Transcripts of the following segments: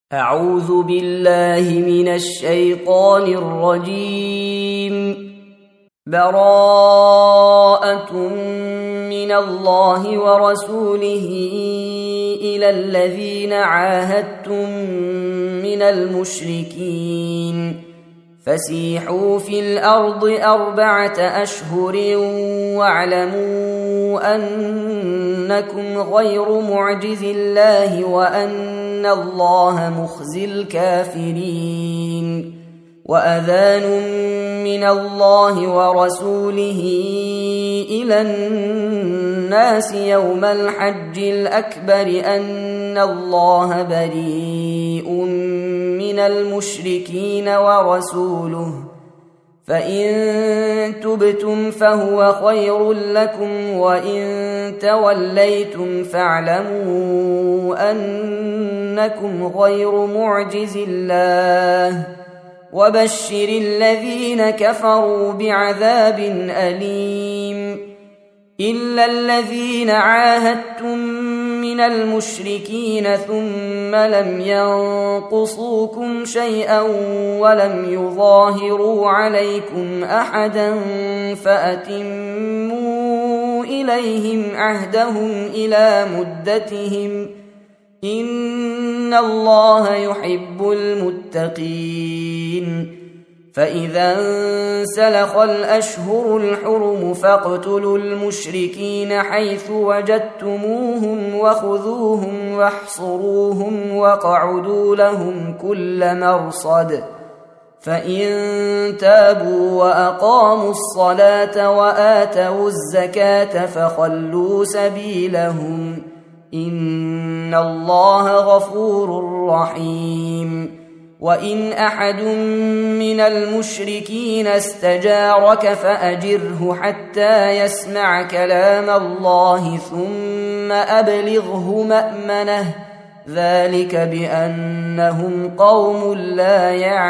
أعوذ بالله من الشيطان الرجيم. براءة من الله ورسوله إلى الذين عاهدتم من المشركين فسيحوا في الأرض 4 أشهر واعلموا أنكم غير معجز الله وأن الله مخزي الكافرين. وأذان من الله ورسوله إلى الناس يوم الحج الأكبر أن الله بريء من المشركين ورسوله فإن تبتم فهو خير لكم وإن توليتم فاعلموا أنكم غير معجز الله وبشر الذين كفروا بعذاب أليم. إلا الذين عاهدتم من المشركين ثم لم ينقصوكم شيئا ولم يظاهروا عليكم أحدا فأتموا إليهم عهدهم إلى مدتهم إن الله يحب المتقين. فإذا انسلخ الأشهر الحرم فاقتلوا المشركين حيث وجدتموهم وخذوهم واحصروهم واقعدوا لهم كل مرصد فإن تابوا وأقاموا الصلاة وآتوا الزكاة فخلوا سبيلهم إن الله غفور رحيم. وإن أحد من المشركين استجارك فأجره حتى يسمع كلام الله ثم أبلغه مأمنه ذلك بأنهم قوم لا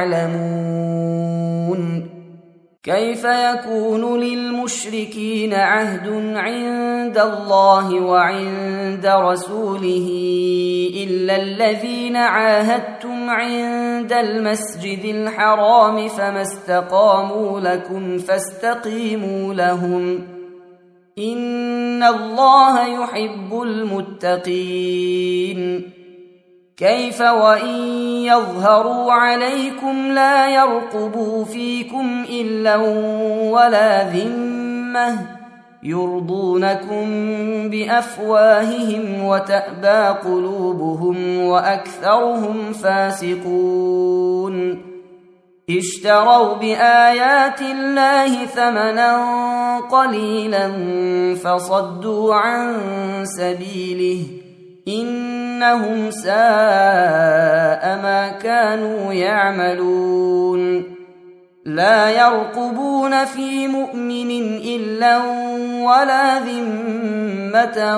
يعلمون. كيف يكون للمشركين عهد عند الله وعند رسوله إلا الذين عاهدتم عند المسجد الحرام فما استقاموا لكم فاستقيموا لهم إن الله يحب المتقين. كيف وإن يظهروا عليكم لا يرقبوا فيكم إلا ولا ذمة يرضونكم بأفواههم وتأبى قلوبهم وأكثرهم فاسقون. اشتروا بآيات الله ثمنا قليلا فصدوا عن سبيله إنهم ساء ما كانوا يعملون. لا يرقبون في مؤمن إلا ولا ذمة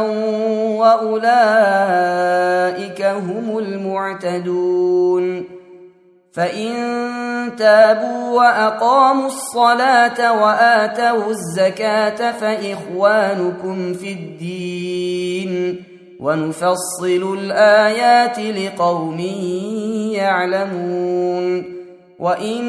وأولئك هم المعتدون. فإن تابوا وأقاموا الصلاة وآتوا الزكاة فإخوانكم في الدين ونفصل الآيات لقوم يعلمون. وإن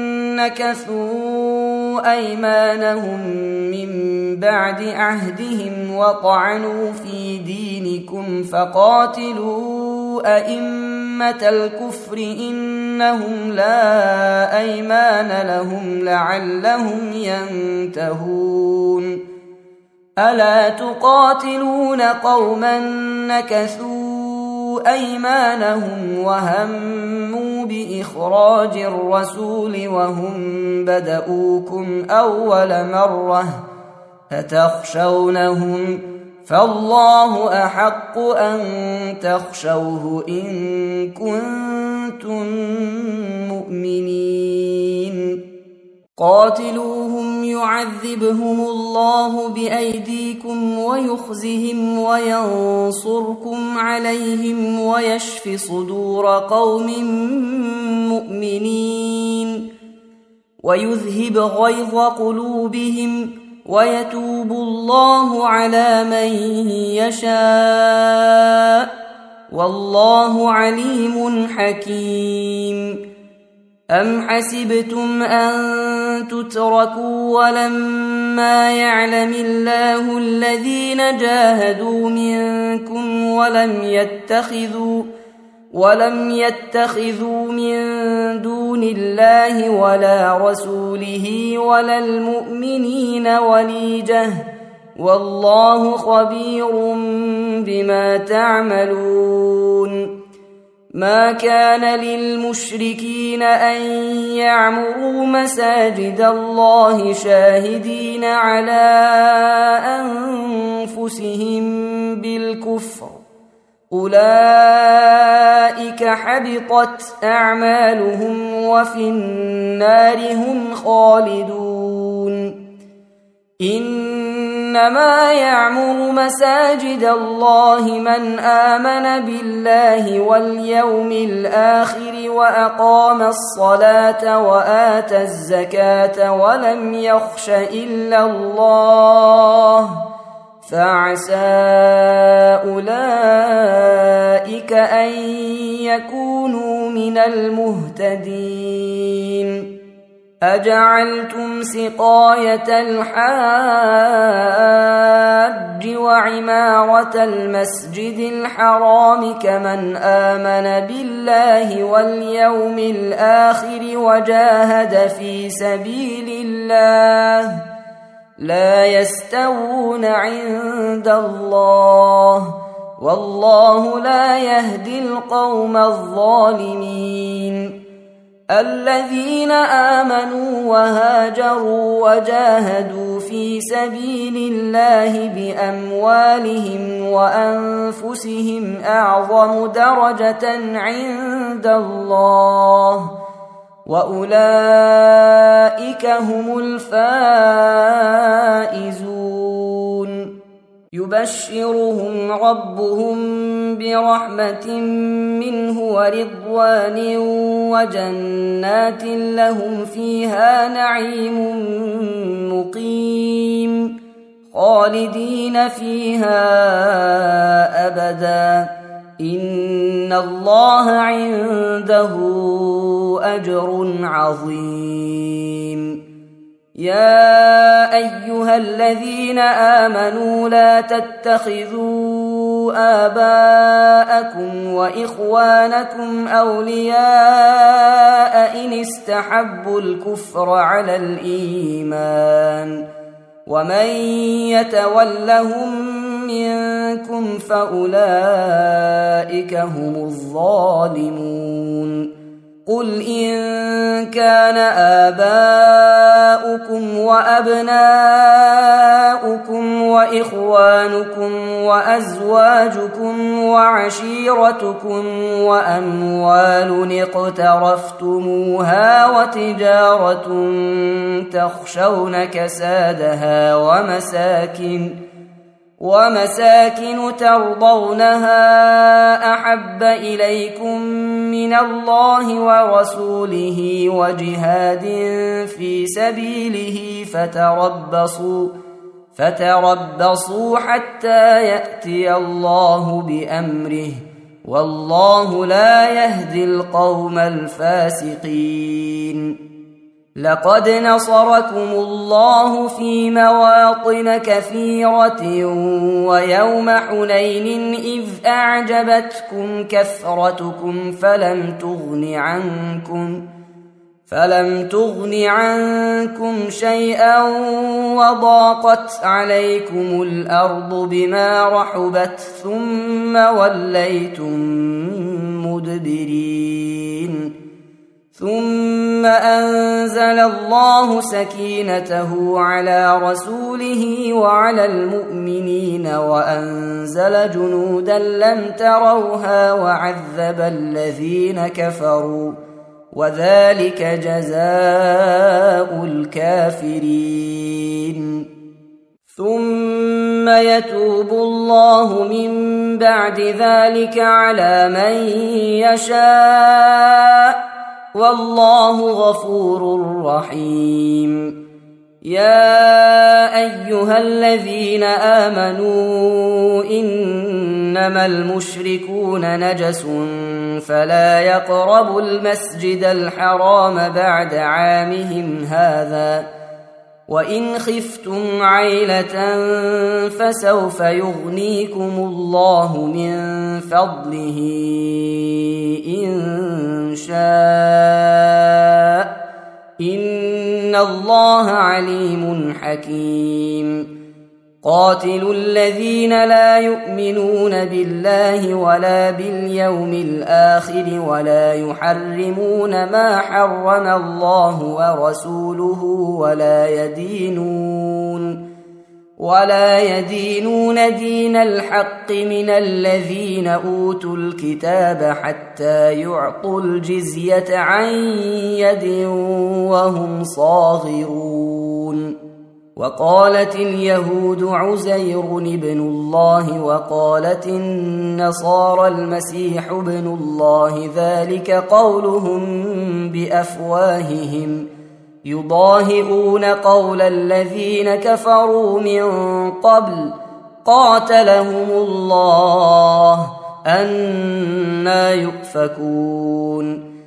نكثوا أيمانهم من بعد عهدهم وطعنوا في دينكم فقاتلوا أئمة الكفر إنهم لا أيمان لهم لعلهم ينتهون. ألا تقاتلون قوما نكثوا أيمانهم وهموا بإخراج الرسول وهم بدؤوكم أول مرة أتخشونهم فالله أحق أن تخشوه إن كنتم مؤمنين. قاتلوهم يعذبهم الله بأيديكم ويخزهم وينصركم عليهم ويشف صدور قوم مؤمنين ويذهب غيظ قلوبهم ويتوب الله على من يشاء والله عليم حكيم. أم حسبتم أن تتركوا ولما يعلم الله الذين جاهدوا منكم ولم يتخذوا من دون الله ولا رسوله ولا المؤمنين وليجة والله خبير بما تعملون. ما كان للمشركين أن يعمروا مساجد الله شاهدين على أنفسهم بالكفر، أولئك حبطت أعمالهم وفي النار هم خالدون. إنما يعمر مساجد الله من آمن بالله واليوم الآخر وأقام الصلاة وآتى الزكاة ولم يخش إلا الله، فعسى أولئك أن يكونوا من المهتدين. أجعلتم سقاية الحاج وعمارة المسجد الحرام كمن آمن بالله واليوم الآخر وجاهد في سبيل الله لا يستوون عند الله، والله لا يهدي القوم الظالمين. الذين آمنوا وهاجروا وجاهدوا في سبيل الله بأموالهم وأنفسهم أعظم درجة عند الله، وأولئك هم الفائزون. يبشرهم ربهم برحمة منه ورضوان وجنات لهم فيها نعيم مقيم خالدين فيها أبدا، إن الله عنده أجر عظيم. يا أيها الذين آمنوا لا تتخذوا آباءكم وإخوانكم أولياء إن استحبوا الكفر على الإيمان، ومن يتولهم منكم فأولئك هم الظالمون. قل إن كان آباؤكم وأبناؤكم وإخوانكم وأزواجكم وعشيرتكم وأموال اقترفتموها وتجارة تخشون كسادها ومساكن ترضونها أحب إليكم من الله ورسوله وجهاد في سبيله فتربصوا حتى يأتي الله بأمره، والله لا يهدي القوم الفاسقين. لقد نصركم الله في مواطن كثيرة ويوم حنين إذ أعجبتكم كثرتكم فلم تغن عنكم شيئا وضاقت عليكم الأرض بما رحبت ثم وليتم مدبرين. ثم أنزل الله سكينته على رسوله وعلى المؤمنين وأنزل جنودا لم تروها وعذب الذين كفروا، وذلك جزاء الكافرين. ثم يتوب الله من بعد ذلك على من يشاء، والله غفور رحيم. يا أيها الذين آمنوا إنما المشركون نجس فلا يقربوا المسجد الحرام بعد عامهم هذا وإن خفتم عيلة فسوف يغنيكم الله من فضله إن شاء إن الله عليم حكيم قاتلوا الذين لا يؤمنون بالله ولا باليوم الآخر ولا يحرمون ما حرم الله ورسوله ولا يدينون دين الحق من الذين أوتوا الكتاب حتى يعطوا الجزية عن يد وهم صاغرون وقالت اليهود عزير ابن الله وقالت النصارى المسيح ابن الله ذلك قولهم بأفواههم يضاهئون قول الذين كفروا من قبل قاتلهم الله أنى يؤفكون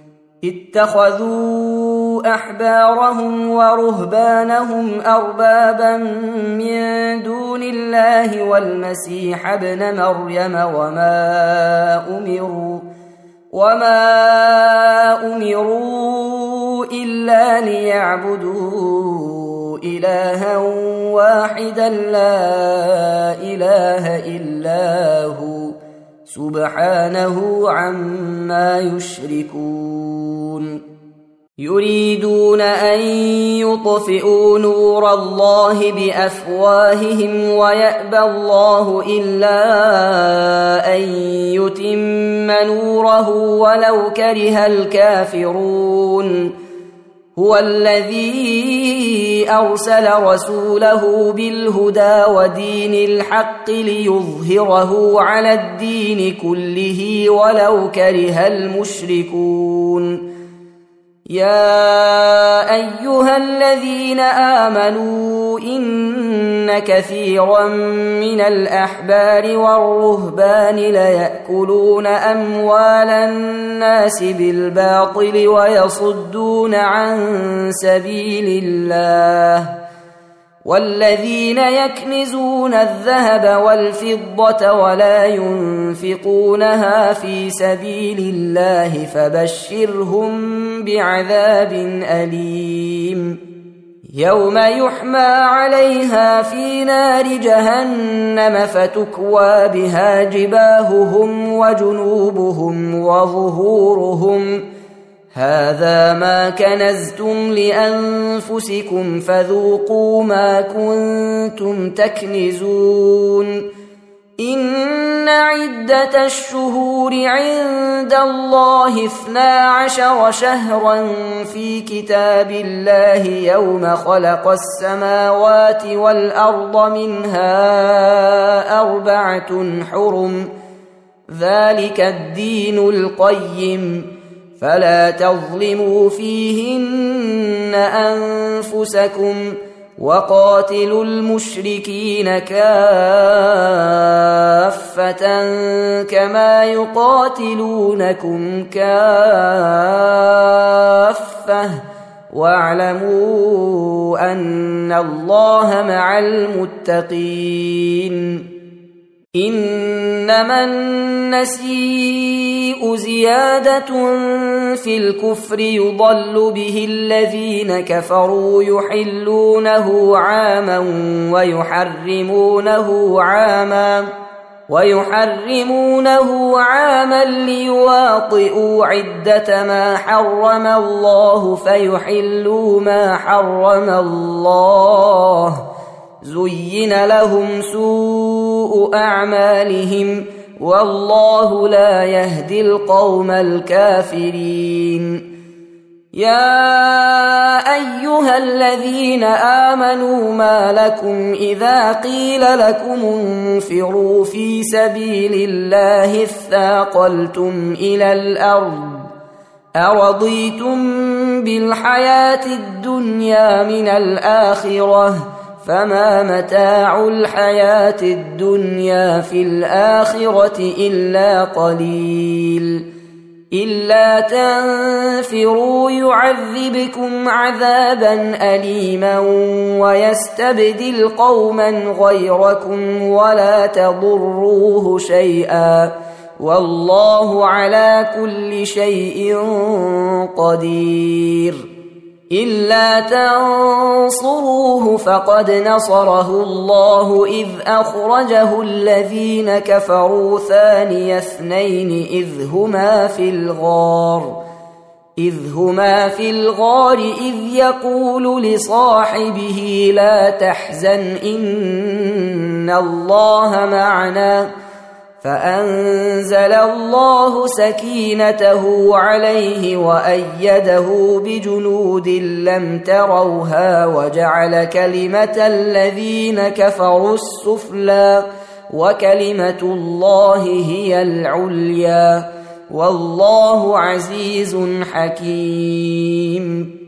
اتخذوا أحبارهم ورهبانهم أربابا من دون الله والمسيح ابن مريم وما أمروا إلا ليعبدوا إلها واحدا لا إله إلا هو سبحانه عما يشركون يريدون أن يطفئوا نور الله بأفواههم ويأبى الله إلا أن يتم نوره ولو كره الكافرون هو الذي أرسل رسوله بالهدى ودين الحق ليظهره على الدين كله ولو كره المشركون يا أيها الذين آمنوا إن كثيرا من الأحبار والرهبان ليأكلون أموال الناس بالباطل ويصدون عن سبيل الله والذين يكنزون الذهب والفضة ولا ينفقونها في سبيل الله فبشرهم بعذاب أليم يوم يحمى عليها في نار جهنم فتكوى بها جباههم وجنوبهم وظهورهم هذا ما كنزتم لأنفسكم فذوقوا ما كنتم تكنزون إن عدة الشهور عند الله 12 شهرا في كتاب الله يوم خلق السماوات والأرض منها 4 حرم ذلك الدين القيم فلا تظلموا فيهن أنفسكم وقاتلوا المشركين كافة كما يقاتلونكم كافة واعلموا أن الله مع المتقين إنما النسيء زيادة في الكفر يضل به الذين كفروا يحلونه عاما ويحرمونه عاما ليواطئوا عدة ما حرم الله فيحلوا ما حرم الله زين لهم سوء أعمالهم والله لا يهدي القوم الكافرين يا أيها الذين آمنوا ما لكم إذا قيل لكم انفروا في سبيل الله اثاقلتم إلى الأرض أرضيتم بالحياة الدنيا من الآخرة فما متاع الحياة الدنيا في الآخرة إلا قليل إلا تنفروا يعذبكم عذابا أليما ويستبدل قوما غيركم ولا تضروه شيئا والله على كل شيء قدير إلا تنصروه فقد نصره الله إذ أخرجه الذين كفروا ثاني اثنين إذ هما في الغار إذ يقول لصاحبه لا تحزن إن الله معنا فأنزل الله سكينته عليه وأيده بجنود لم تروها وجعل كلمة الذين كفروا السفلى وكلمة الله هي العليا والله عزيز حكيم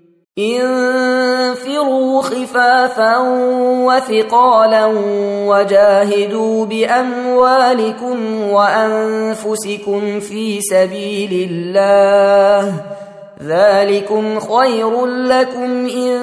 انفروا خفافا وثقالا وجاهدوا بأموالكم وأنفسكم في سبيل الله ذلكم خير لكم إن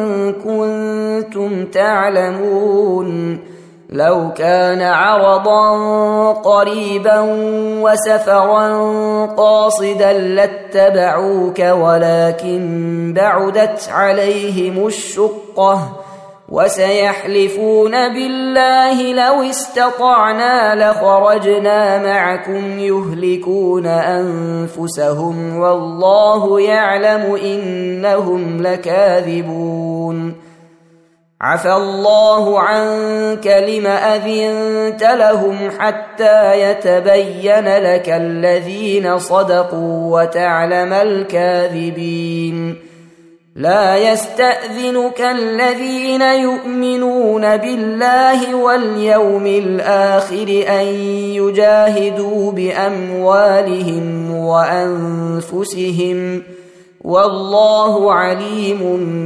كنتم تعلمون لو كان عرضا قريبا وسفرا قاصدا لاتبعوك ولكن بعدت عليهم الشقة وسيحلفون بالله لو استطعنا لخرجنا معكم يهلكون أنفسهم والله يعلم إنهم لكاذبون عفى الله عنك لم أذنت لهم حتى يتبين لك الذين صدقوا وتعلم الكاذبين لا يستأذنك الذين يؤمنون بالله واليوم الآخر أن يجاهدوا بأموالهم وأنفسهم والله عليم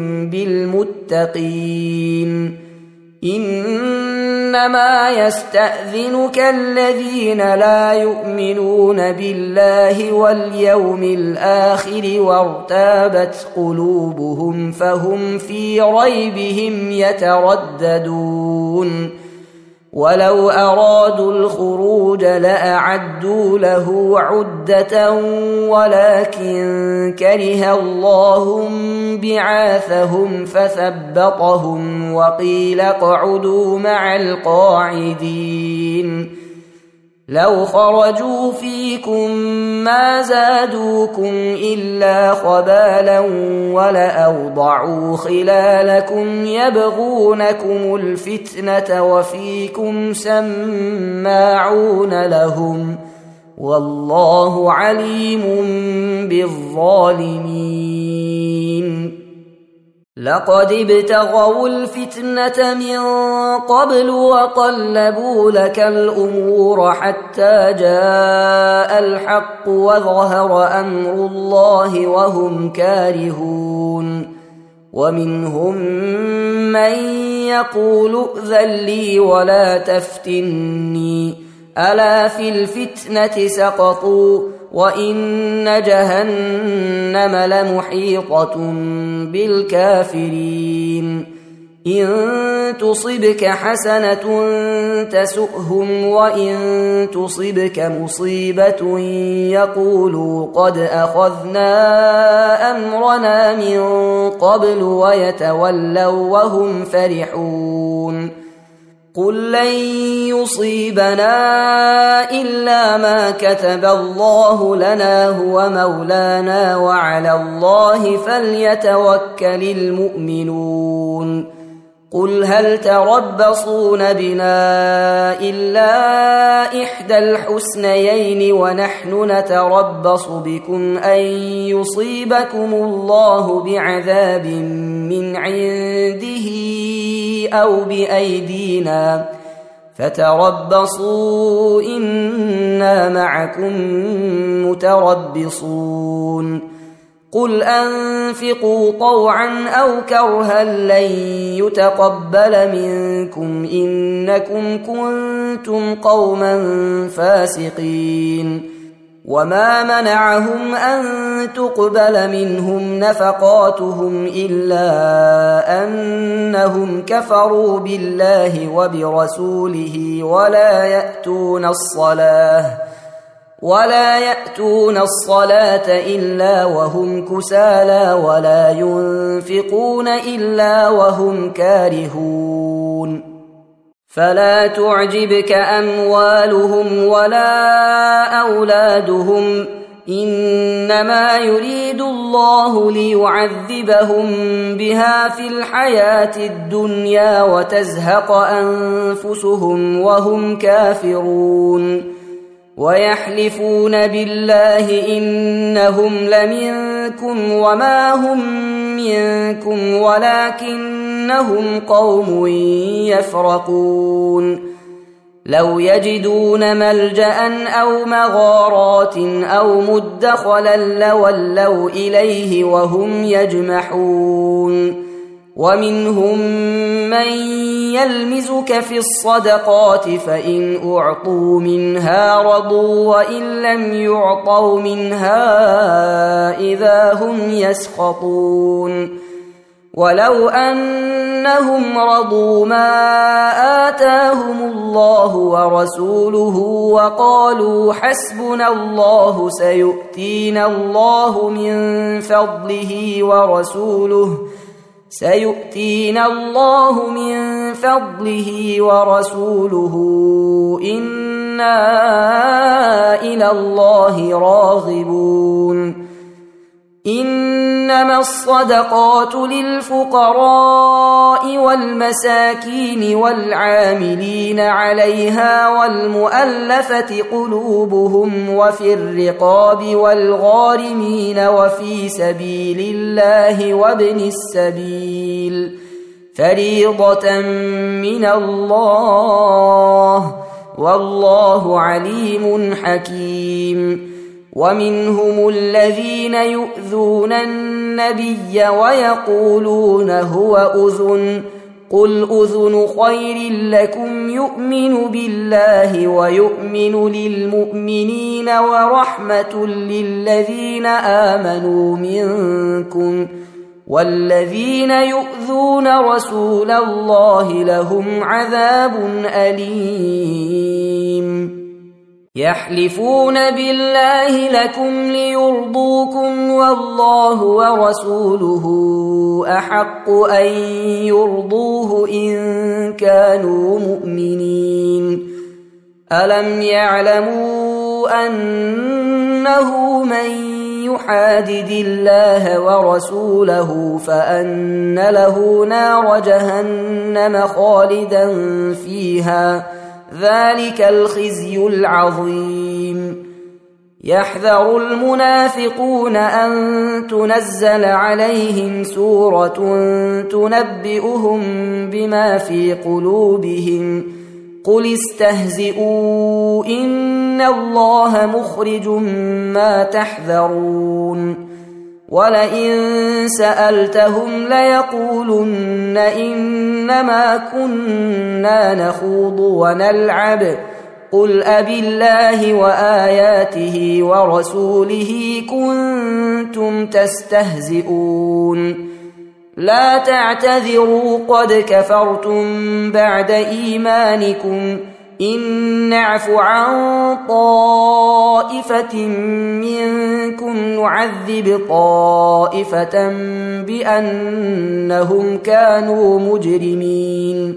بالمتقين إنما يستأذنك الذين لا يؤمنون بالله واليوم الآخر وارتابت قلوبهم فهم في ريبهم يترددون ولو أرادوا الخروج لأعدوا له عدة ولكن كره الله بعاثهم فثبطهم وقيل اقعدوا مع القاعدين لو خرجوا فيكم ما زادوكم إلا خبالا ولأوضعوا خلالكم يبغونكم الفتنة وفيكم سماعون لهم والله عليم بالظالمين لقد ابتغوا الفتنة من قبل وقلبوا لك الأمور حتى جاء الحق وظهر أمر الله وهم كارهون ومنهم من يقول ائذن لي ولا تفتني ألا في الفتنة سقطوا وإن جهنم لمحيطة بالكافرين إن تصبك حسنة تسؤهم وإن تصبك مصيبة يقولوا قد أخذنا أمرنا من قبل ويتولوا وهم فرحون قل لن يصيبنا إلا ما كتب الله لنا هو مولانا وعلى الله فليتوكل المؤمنون قل هل تربصون بنا إلا إحدى الحسنيين ونحن نتربص بكم أن يصيبكم الله بعذاب من عنده أو بأيدينا فتربصوا إنا معكم متربصون قل أنفقوا طوعا أو كرها لن يتقبل منكم إنكم كنتم قوما فاسقين وما منعهم أن تقبل منهم نفقاتهم إلا أنهم كفروا بالله وبرسوله ولا يأتون الصلاة إلا وهم كسالى ولا ينفقون إلا وهم كارهون فلا تعجبك أموالهم ولا أولادهم إنما يريد الله ليعذبهم بها في الحياة الدنيا وتزهق أنفسهم وهم كافرون ويحلفون بالله إنهم لمنكم وما هم منكم ولكنهم قوم يفرقون لو يجدون ملجأ أو مغارات أو مدخلا لولوا إليه وهم يجمحون ومنهم من يلمزك في الصدقات فإن أعطوا منها رضوا وإن لم يعطوا منها إذا هم يسخطون ولو أنهم رضوا ما آتاهم الله ورسوله وقالوا حسبنا الله سيؤتينا الله من فضله ورسوله إنا إلى الله راغبون إنما الصدقات للفقراء والمساكين والعاملين عليها والمؤلفة قلوبهم وفي الرقاب والغارمين وفي سبيل الله وابن السبيل فريضة من الله والله عليم حكيم ومنهم الذين يؤذون النبي ويقولون هو أذن قل أذن خير لكم يؤمن بالله ويؤمن للمؤمنين ورحمة للذين آمنوا منكم والذين يؤذون رسول الله لهم عذاب أليم يحلفون بالله لكم ليرضوكم والله ورسوله أحق أن يرضوه إن كانوا مؤمنين ألم يعلموا أنه من يحادد الله ورسوله فأن له نار جهنم خالدا فيها ذلك الخزي العظيم يحذر المنافقون أن تنزل عليهم سورة تنبئهم بما في قلوبهم قل استهزئوا إن الله مخرج ما تحذرون ولئن سألتهم ليقولن إنما كنا نخوض ونلعب قل أبالله وآياته ورسوله كنتم تستهزئون لا تعتذروا قد كفرتم بعد إيمانكم إن نعف عن طائفة منكم نعذب طائفة بأنهم كانوا مجرمين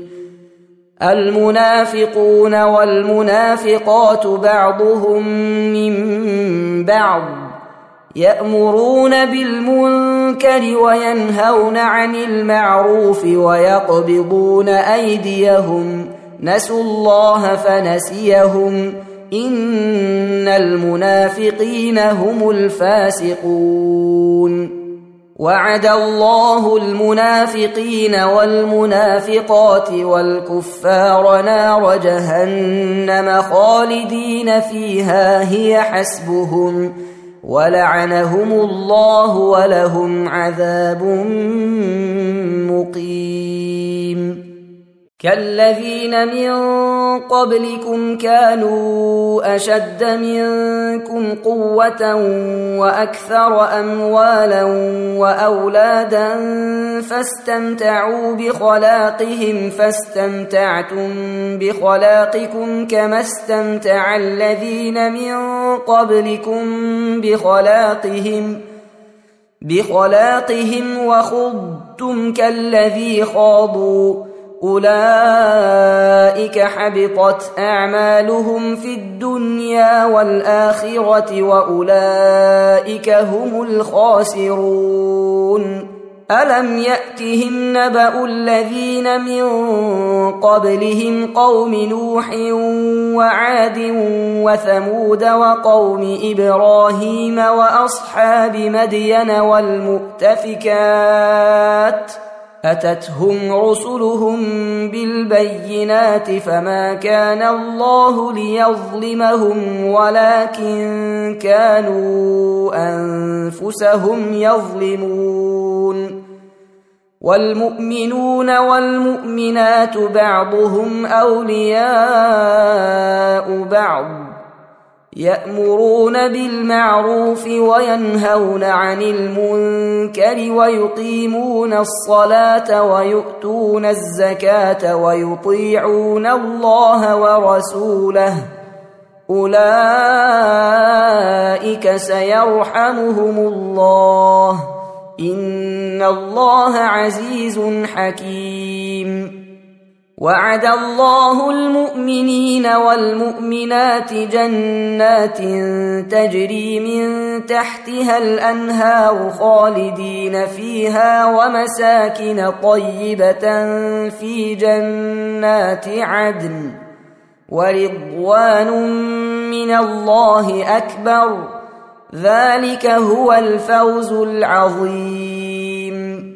المنافقون والمنافقات بعضهم من بعض يأمرون بالمنكر وينهون عن المعروف ويقبضون أيديهم نسوا الله فنسيهم إن المنافقين هم الفاسقون وعد الله المنافقين والمنافقات والكفار نار جهنم خالدين فيها هي حسبهم ولعنهم الله ولهم عذاب مقيم. كالذين من قبلكم كانوا أشد منكم قوة وأكثر أموالا وأولادا فاستمتعوا بخلاقهم فاستمتعتم بخلاقكم كما استمتع الذين من قبلكم بخلاقهم وخضتم كالذي خاضوا أولئك حبطت أعمالهم في الدنيا والآخرة وأولئك هم الخاسرون. ألم يأتهم نبأ الذين من قبلهم قوم نوح وعاد وثمود وقوم إبراهيم وأصحاب مدين والمؤتفكات أتتهم رسلهم بالبينات فما كان الله ليظلمهم ولكن كانوا أنفسهم يظلمون. والمؤمنون والمؤمنات بعضهم أولياء بعض يأمرون بالمعروف وينهون عن المنكر ويقيمون الصلاة ويؤتون الزكاة ويطيعون الله ورسوله أولئك سيرحمهم الله إن الله عزيز حكيم. وعد الله المؤمنين والمؤمنات جنات تجري من تحتها الأنهار خالدين فيها ومساكن طيبة في جنات عدن ورضوان من الله أكبر ذلك هو الفوز العظيم.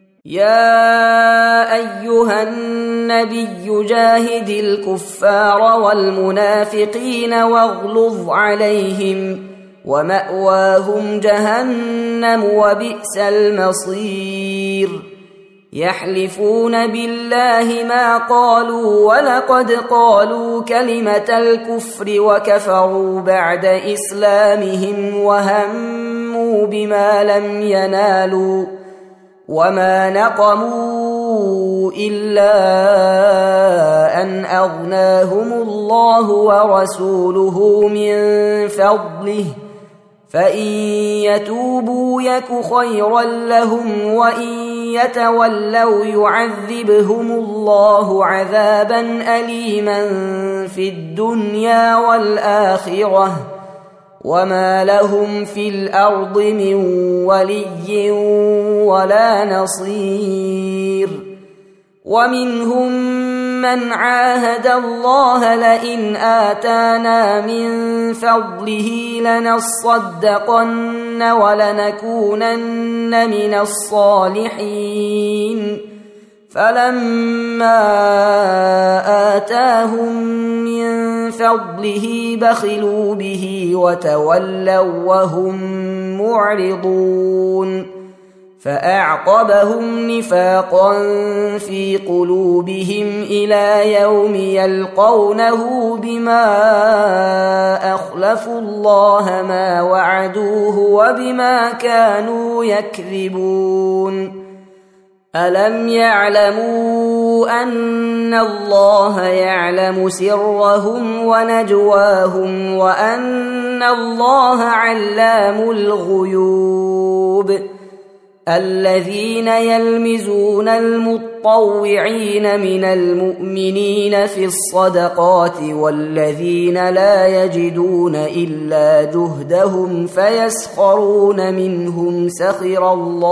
يا أيها النبي جاهد الكفار والمنافقين واغلظ عليهم ومأواهم جهنم وبئس المصير. يحلفون بالله ما قالوا ولقد قالوا كلمة الكفر وكفروا بعد إسلامهم وهموا بما لم ينالوا وما نقموا إلا أن أغناهم الله ورسوله من فضله فإن يتوبوا يك خيرا لهم وإن يتولوا يعذبهم الله عذابا أليما في الدنيا والآخرة وما لهم في الأرض من ولي ولا نصير. ومنهم من عاهد الله لئن آتانا من فضله لنصدقن ولنكونن من الصالحين فلما آتاهم من فضله بخلوا به وتولوا وهم معرضون فأعقبهم نفاقا في قلوبهم إلى يوم يلقونه بما أخلفوا الله ما وعدوه وبما كانوا يكذبون. ألم يعلموا أن الله يعلم سرهم ونجواهم وأن الله علام الغيوب. الذين يلمزون المطوعين من المؤمنين في الصدقات والذين لا يجدون إلا جهدهم فيسخرون منهم سخر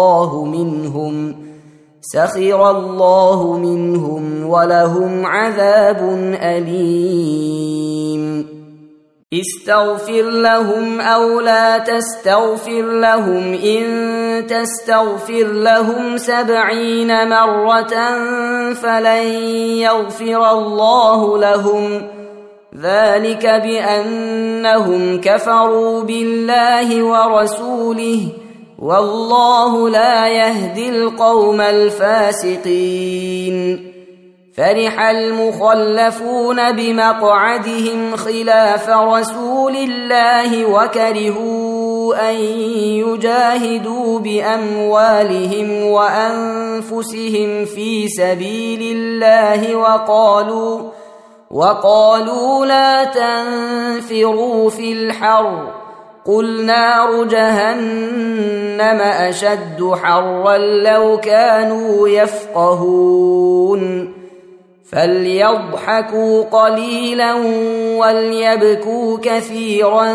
الله منهم ولهم عذاب أليم. استغفر لهم أو لا تستغفر لهم إن تستغفر لهم 70 مرة فلن يغفر الله لهم ذلك بأنهم كفروا بالله ورسوله والله لا يهدي القوم الفاسقين. فرح المخلفون بمقعدهم خلاف رسول الله وكرهوا أن يجاهدوا بأموالهم وأنفسهم في سبيل الله وقالوا لا تنفروا في الحر قل نار جهنم أشد حرا لو كانوا يفقهون. فليضحكوا قليلا وليبكوا كثيرا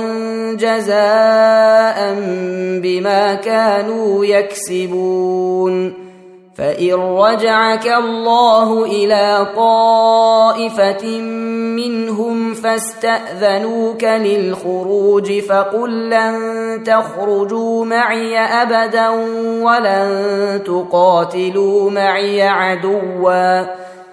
جزاء بما كانوا يكسبون. فإن رجعك الله إلى طائفة منهم فاستأذنوك للخروج فقل لن تخرجوا معي أبدا ولن تقاتلوا معي عدوا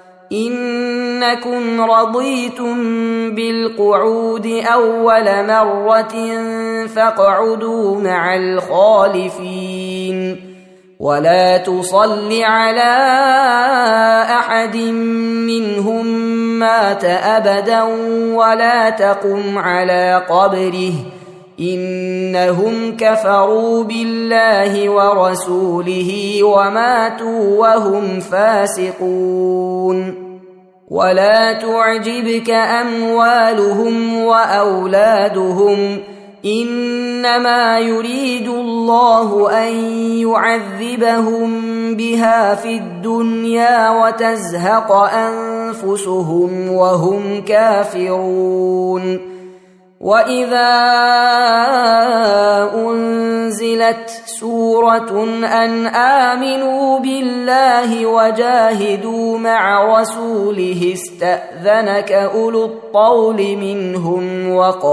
إنكم رضيتم بالقعود أول مرة فاقعدوا مع الخالفين. ولا تصل على أحد منهم مات أبدا ولا تقم على قبره إنهم كفروا بالله ورسوله وماتوا وهم فاسقون. ولا تعجبك أموالهم وأولادهم إنما يريد الله أن يعذبهم بها في الدنيا وتزهق أنفسهم وهم كافرون. وإذا أنزلت سورة أن آمنوا بالله وجاهدوا مع رسوله استأذنك أولو الطول منهم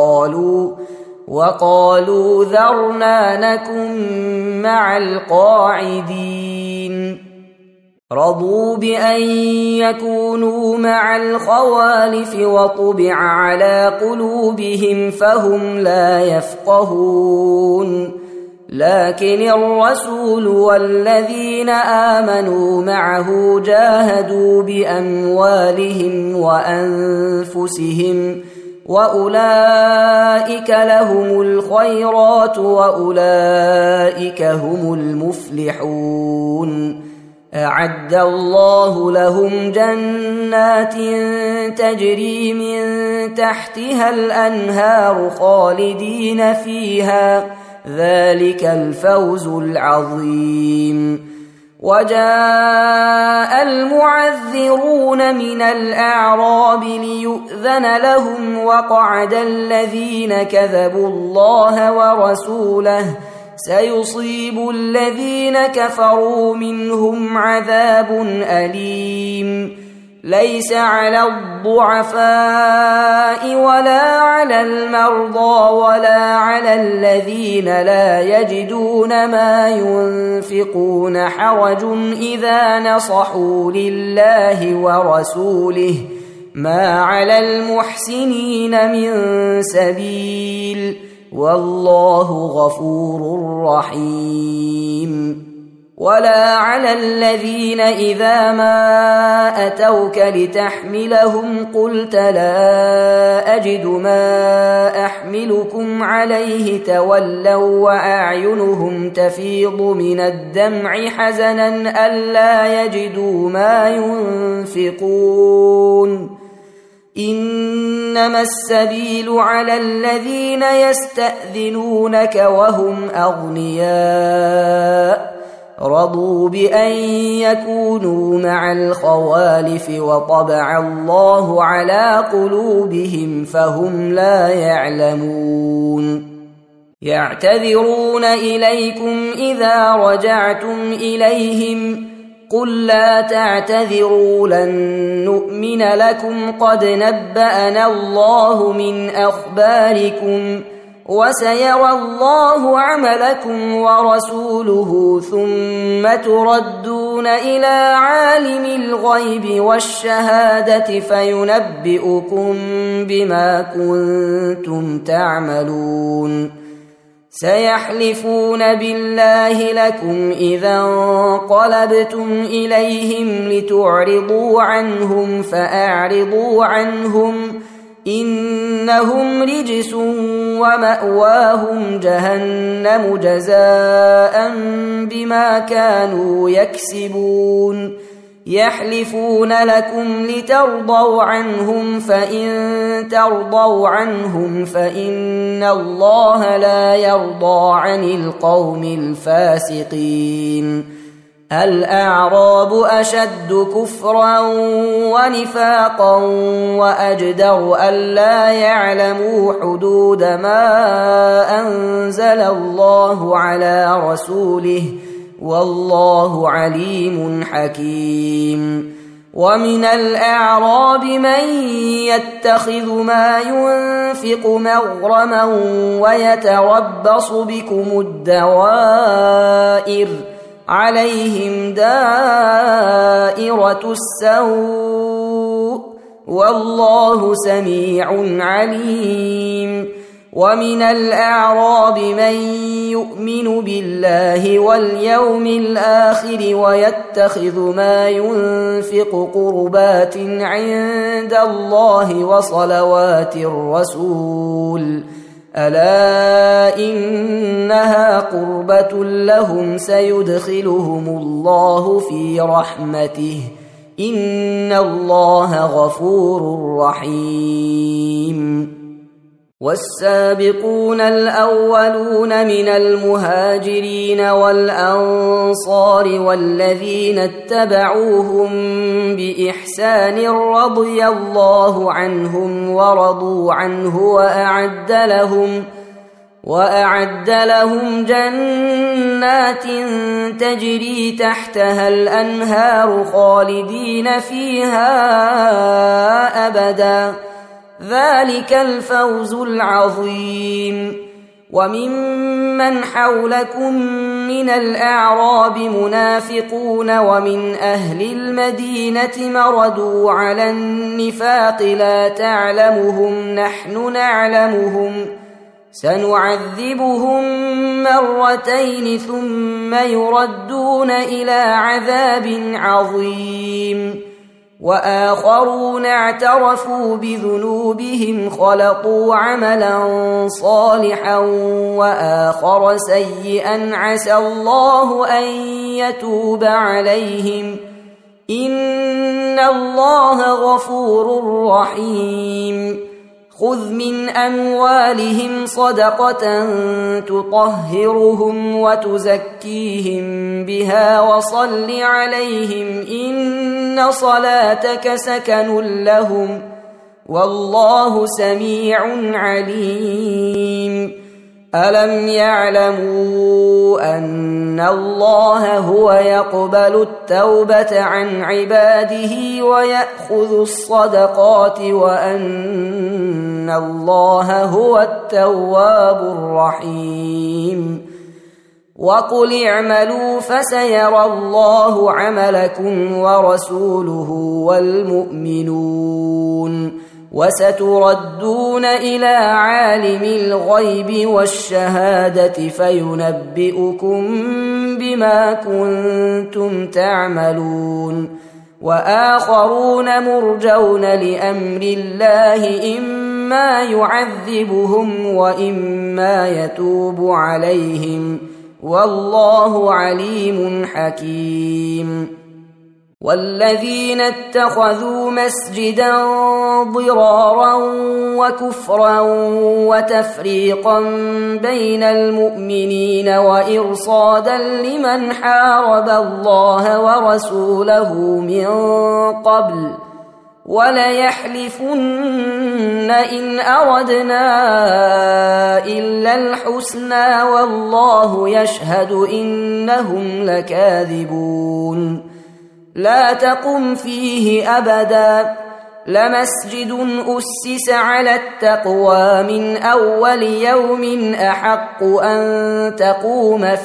وقالوا ذرنا نكن مع القاعدين. رضوا بأن يكونوا مع الخوالف وطبع على قلوبهم فهم لا يفقهون. لكن الرسول والذين آمنوا معه جاهدوا بأموالهم وأنفسهم وأولئك لهم الخيرات وأولئك هم المفلحون. أعد الله لهم جنات تجري من تحتها الأنهار خالدين فيها ذلك الفوز العظيم. وجاء المعذرون من الأعراب ليؤذن لهم وقعد الذين كذبوا الله ورسوله سيصيب الذين كفروا منهم عذاب أليم. ليس على الضعفاء ولا على المرضى ولا على الذين لا يجدون ما ينفقون حرج إذا نصحوا لله ورسوله ما على المحسنين من سبيل والله غفور رحيم. ولا على الذين إذا ما أتوك لتحملهم قلت لا أجد ما أحملكم عليه تولوا وأعينهم تفيض من الدمع حزنا ألا يجدوا ما ينفقون. إنما السبيل على الذين يستأذنونك وهم أغنياء رضوا بأن يكونوا مع الخوالف وطبع الله على قلوبهم فهم لا يعلمون. يعتذرون إليكم إذا رجعتم إليهم قل لا تعتذروا لن نؤمن لكم قد نبأنا الله من أخباركم وسيرى الله عملكم ورسوله ثم تردون إلى عالم الغيب والشهادة فينبئكم بما كنتم تعملون سيحلفون بالله لكم إذا انقلبتم إليهم لتعرضوا عنهم فأعرضوا عنهم إنهم رجس ومأواهم جهنم جزاء بما كانوا يكسبون يحلفون لكم لترضوا عنهم فإن ترضوا عنهم فإن الله لا يرضى عن القوم الفاسقين الأعراب أشد كفرا ونفاقا وأجدر ألا يعلموا حدود ما أنزل الله على رسوله والله عليم حكيم ومن الأعراب من يتخذ ما ينفق مغرما ويتربص بكم الدوائر عليهم دائرة السوء والله سميع عليم ومن الأعراب من يؤمن بالله واليوم الآخر ويتخذ ما ينفق قربات عند الله وصلوات الرسول ألا إنها قربة لهم سيدخلهم الله في رحمته إن الله غفور رحيم والسابقون الأولون من المهاجرين والأنصار والذين اتبعوهم بإحسان رضي الله عنهم ورضوا عنه وأعد لهم جنات تجري تحتها الأنهار خالدين فيها أبدا ذلك الفوز العظيم وممن حولكم من الأعراب منافقون ومن أهل المدينة مردوا على النفاق لا تعلمهم نحن نعلمهم سنعذبهم مرتين ثم يردون إلى عذاب عظيم وآخرون اعترفوا بذنوبهم خلطوا عملا صالحا وآخر سيئا عسى الله أن يتوب عليهم إن الله غفور رحيم خذ من أموالهم صدقة تطهرهم وتزكيهم بها وصل عليهم إن صلاتك سكن لهم والله سميع عليم ألم يعلموا أن الله هو يقبل التوبة عن عباده ويأخذ الصدقات وأن الله هو التواب الرحيم وقل اعملوا فسيرى الله عملكم ورسوله والمؤمنون وستردون إلى عالم الغيب والشهادة فينبئكم بما كنتم تعملون وآخرون مرجون لأمر الله إما يعذبهم وإما يتوب عليهم والله عليم حكيم والذين اتخذوا مسجدا ضرارا وكفرا وتفريقا بين المؤمنين وإرصادا لمن حارب الله ورسوله من قبل وليحلفن إن أردنا إلا الحسنى والله يشهد إنهم لكاذبون لا تقم فيه أبدا لمسجد أسس على التقوى من أول يوم أحق أن تقوم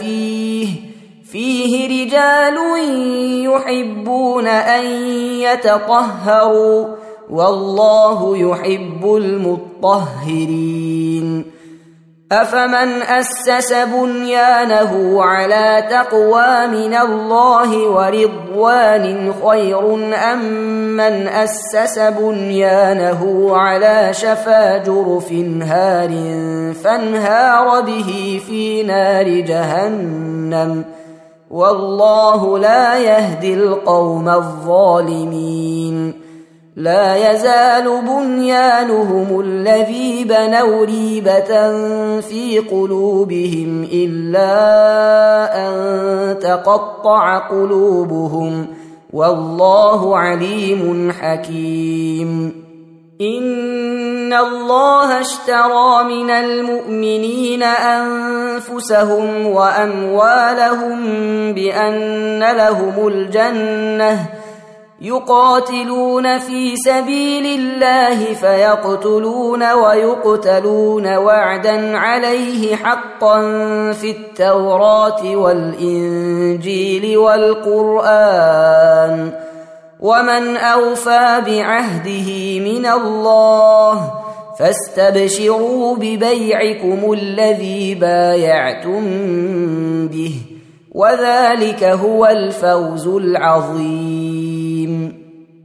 فيه رجال يحبون أن يتطهروا والله يحب المطهرين أفمن أسس بنيانه على تقوى من الله ورضوان خير أم من أسس بنيانه على شفا جرف هار فانهار به في نار جهنم والله لا يهدي القوم الظالمين لا يزال بنيانهم الذي بنوا ريبة في قلوبهم إلا أن تقطع قلوبهم والله عليم حكيم إن الله اشترى من المؤمنين أنفسهم وأموالهم بأن لهم الجنة يقاتلون في سبيل الله فيقتلون ويقتلون وعدا عليه حقا في التوراة والإنجيل والقرآن ومن أوفى بعهده من الله فاستبشروا ببيعكم الذي بايعتم به وذلك هو الفوز العظيم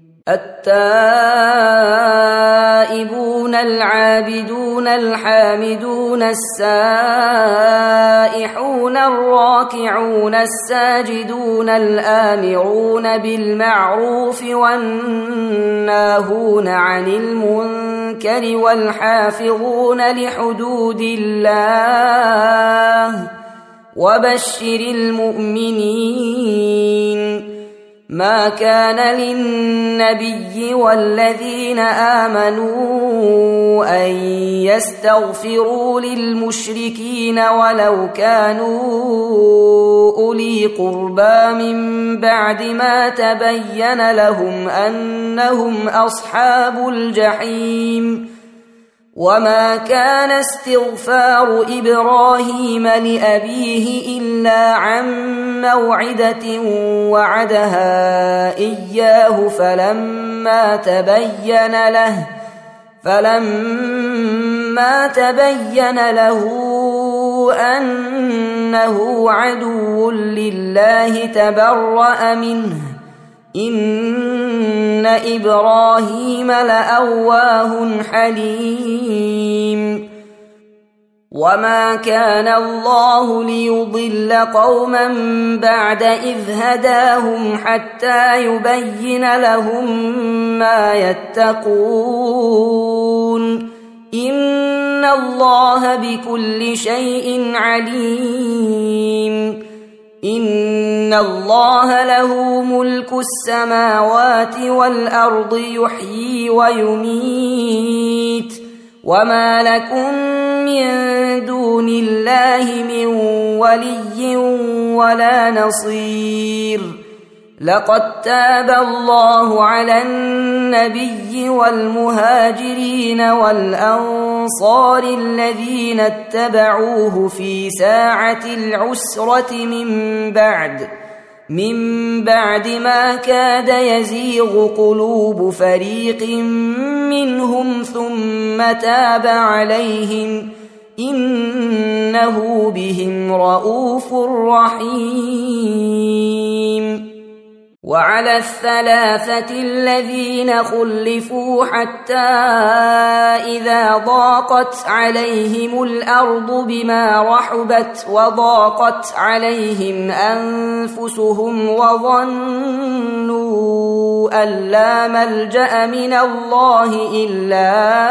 التائبون العابدون الحامدون السائحون الراكعون الساجدون الآمرون بالمعروف والناهون عن المنكر والحافظون لحدود الله وبشر المؤمنين ما كان للنبي والذين آمنوا أن يستغفروا للمشركين ولو كانوا أولي قربى من بعد ما تبين لهم أنهم أصحاب الجحيم وما كان استغفار إبراهيم لأبيه إلا عن موعدة وعدها إياه فلما تبين له أنه عدو لله تبرأ منه إن إبراهيم لأواه حليم وما كان الله ليضل قوما بعد إذ هداهم حتى يبين لهم ما يتقون إن الله بكل شيء عليم إن الله له ملك السماوات والأرض يحيي ويميت وما لكم من دون الله من ولي ولا نصير لقد تاب الله على النبي والمهاجرين والأنصار الذين اتبعوه في ساعة العسرة من بعد ما كاد يزيغ قلوب فريق منهم ثم تاب عليهم إنه بهم رءوف رحيم وعلى الثلاثة الذين خلفوا حتى إذا ضاقت عليهم الأرض بما رحبت وضاقت عليهم أنفسهم وظنوا أن لا ملجأ من الله إلا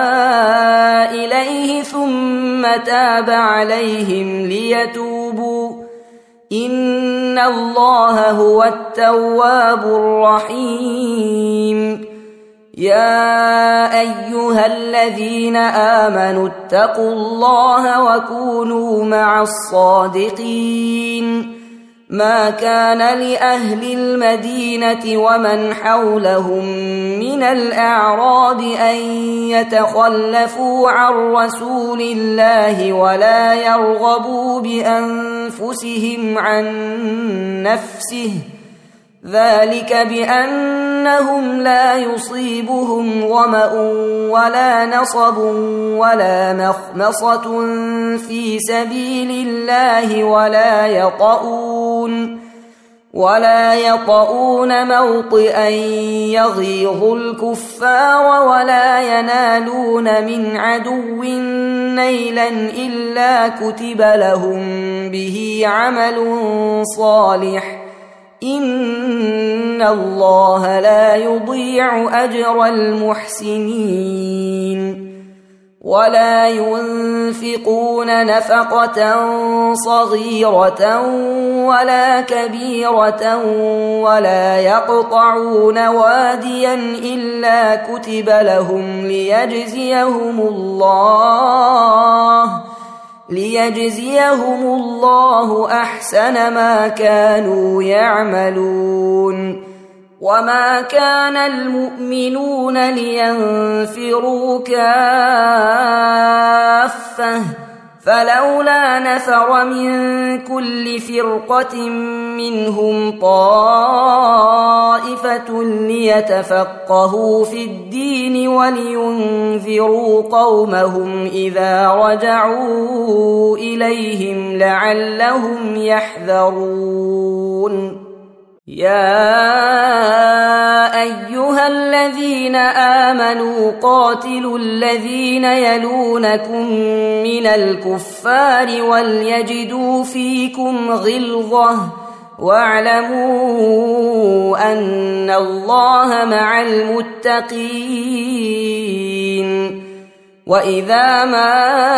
إليه ثم تاب عليهم ليتوبوا إن الله هو التواب الرحيم يا أيها الذين آمنوا اتقوا الله وكونوا مع الصادقين ما كان لأهل المدينة ومن حولهم من الأعراب أن يتخلفوا عن رسول الله ولا يرغبوا بأنفسهم عن نفسه، ذلك بأنهم لا يصيبهم ظمأ ولا نصب ولا مخمصة في سبيل الله ولا يطؤون موطئا يغيظ الكفار ولا ينالون من عدو نيلا إلا كتب لهم به عمل صالح، إن الله لا يضيع أجر المحسنين. ولا ينفقون نفقة صغيرة ولا كبيرة ولا يقطعون واديا إلا كتب لهم ليجزيهم الله أحسن ما كانوا يعملون. وما كان المؤمنون لينفروا كافة، فلولا نفر من كل فرقة منهم طائفة ليتفقهوا في الدين ولينذروا قومهم إذا رجعوا إليهم لعلهم يحذرون. يا أيها الذين آمنوا قاتلوا الذين يلونكم من الكفار وليجدوا فيكم غلظة واعلموا أن الله مع المتقين. وإذا ما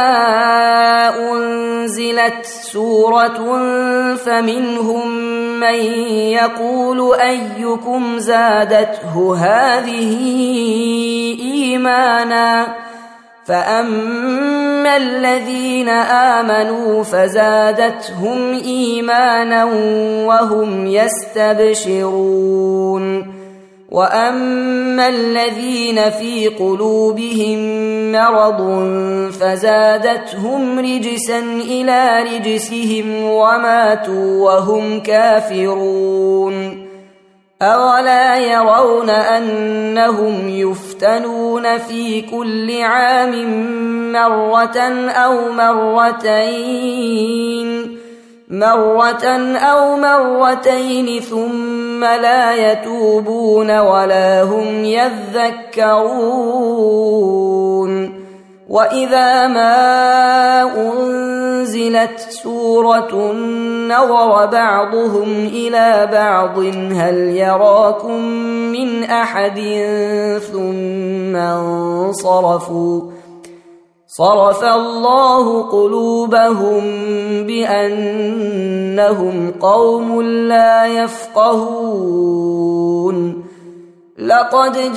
أنزلت سورة فمنهم من يقول أيكم زادته هذه إيمانا، فأما الذين آمنوا فزادتهم إيمانا وهم يستبشرون. وأما الذين في قلوبهم مرض فزادتهم رجسا إلى رجسهم وماتوا وهم كافرون. أولا يرون أنهم يفتنون في كل عام مرة أو مرتين ثم لا يتوبون ولا هم يذكرون. وإذا ما أنزلت سورة نظر بعضهم إلى بعض هل يراكم من أحد ثم انصرفوا، صرف الله قلوبهم بأنهم قوم لا يفقهون. لقد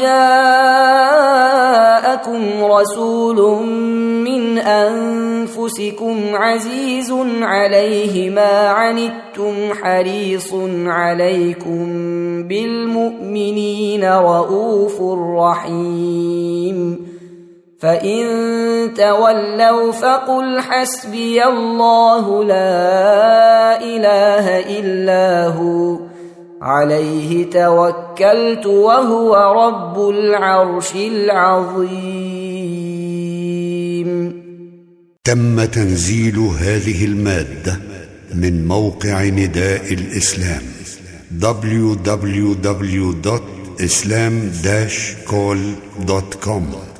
جاءكم رسول من أنفسكم عزيز عليه ما عنتم حريص عليكم بالمؤمنين رؤوف رحيم. فإن تولوا فقل حسبي الله لا إله إلا هو عليه توكلت وهو رب العرش العظيم. تم تنزيل هذه المادة من موقع نداء الإسلام www.islam-call.com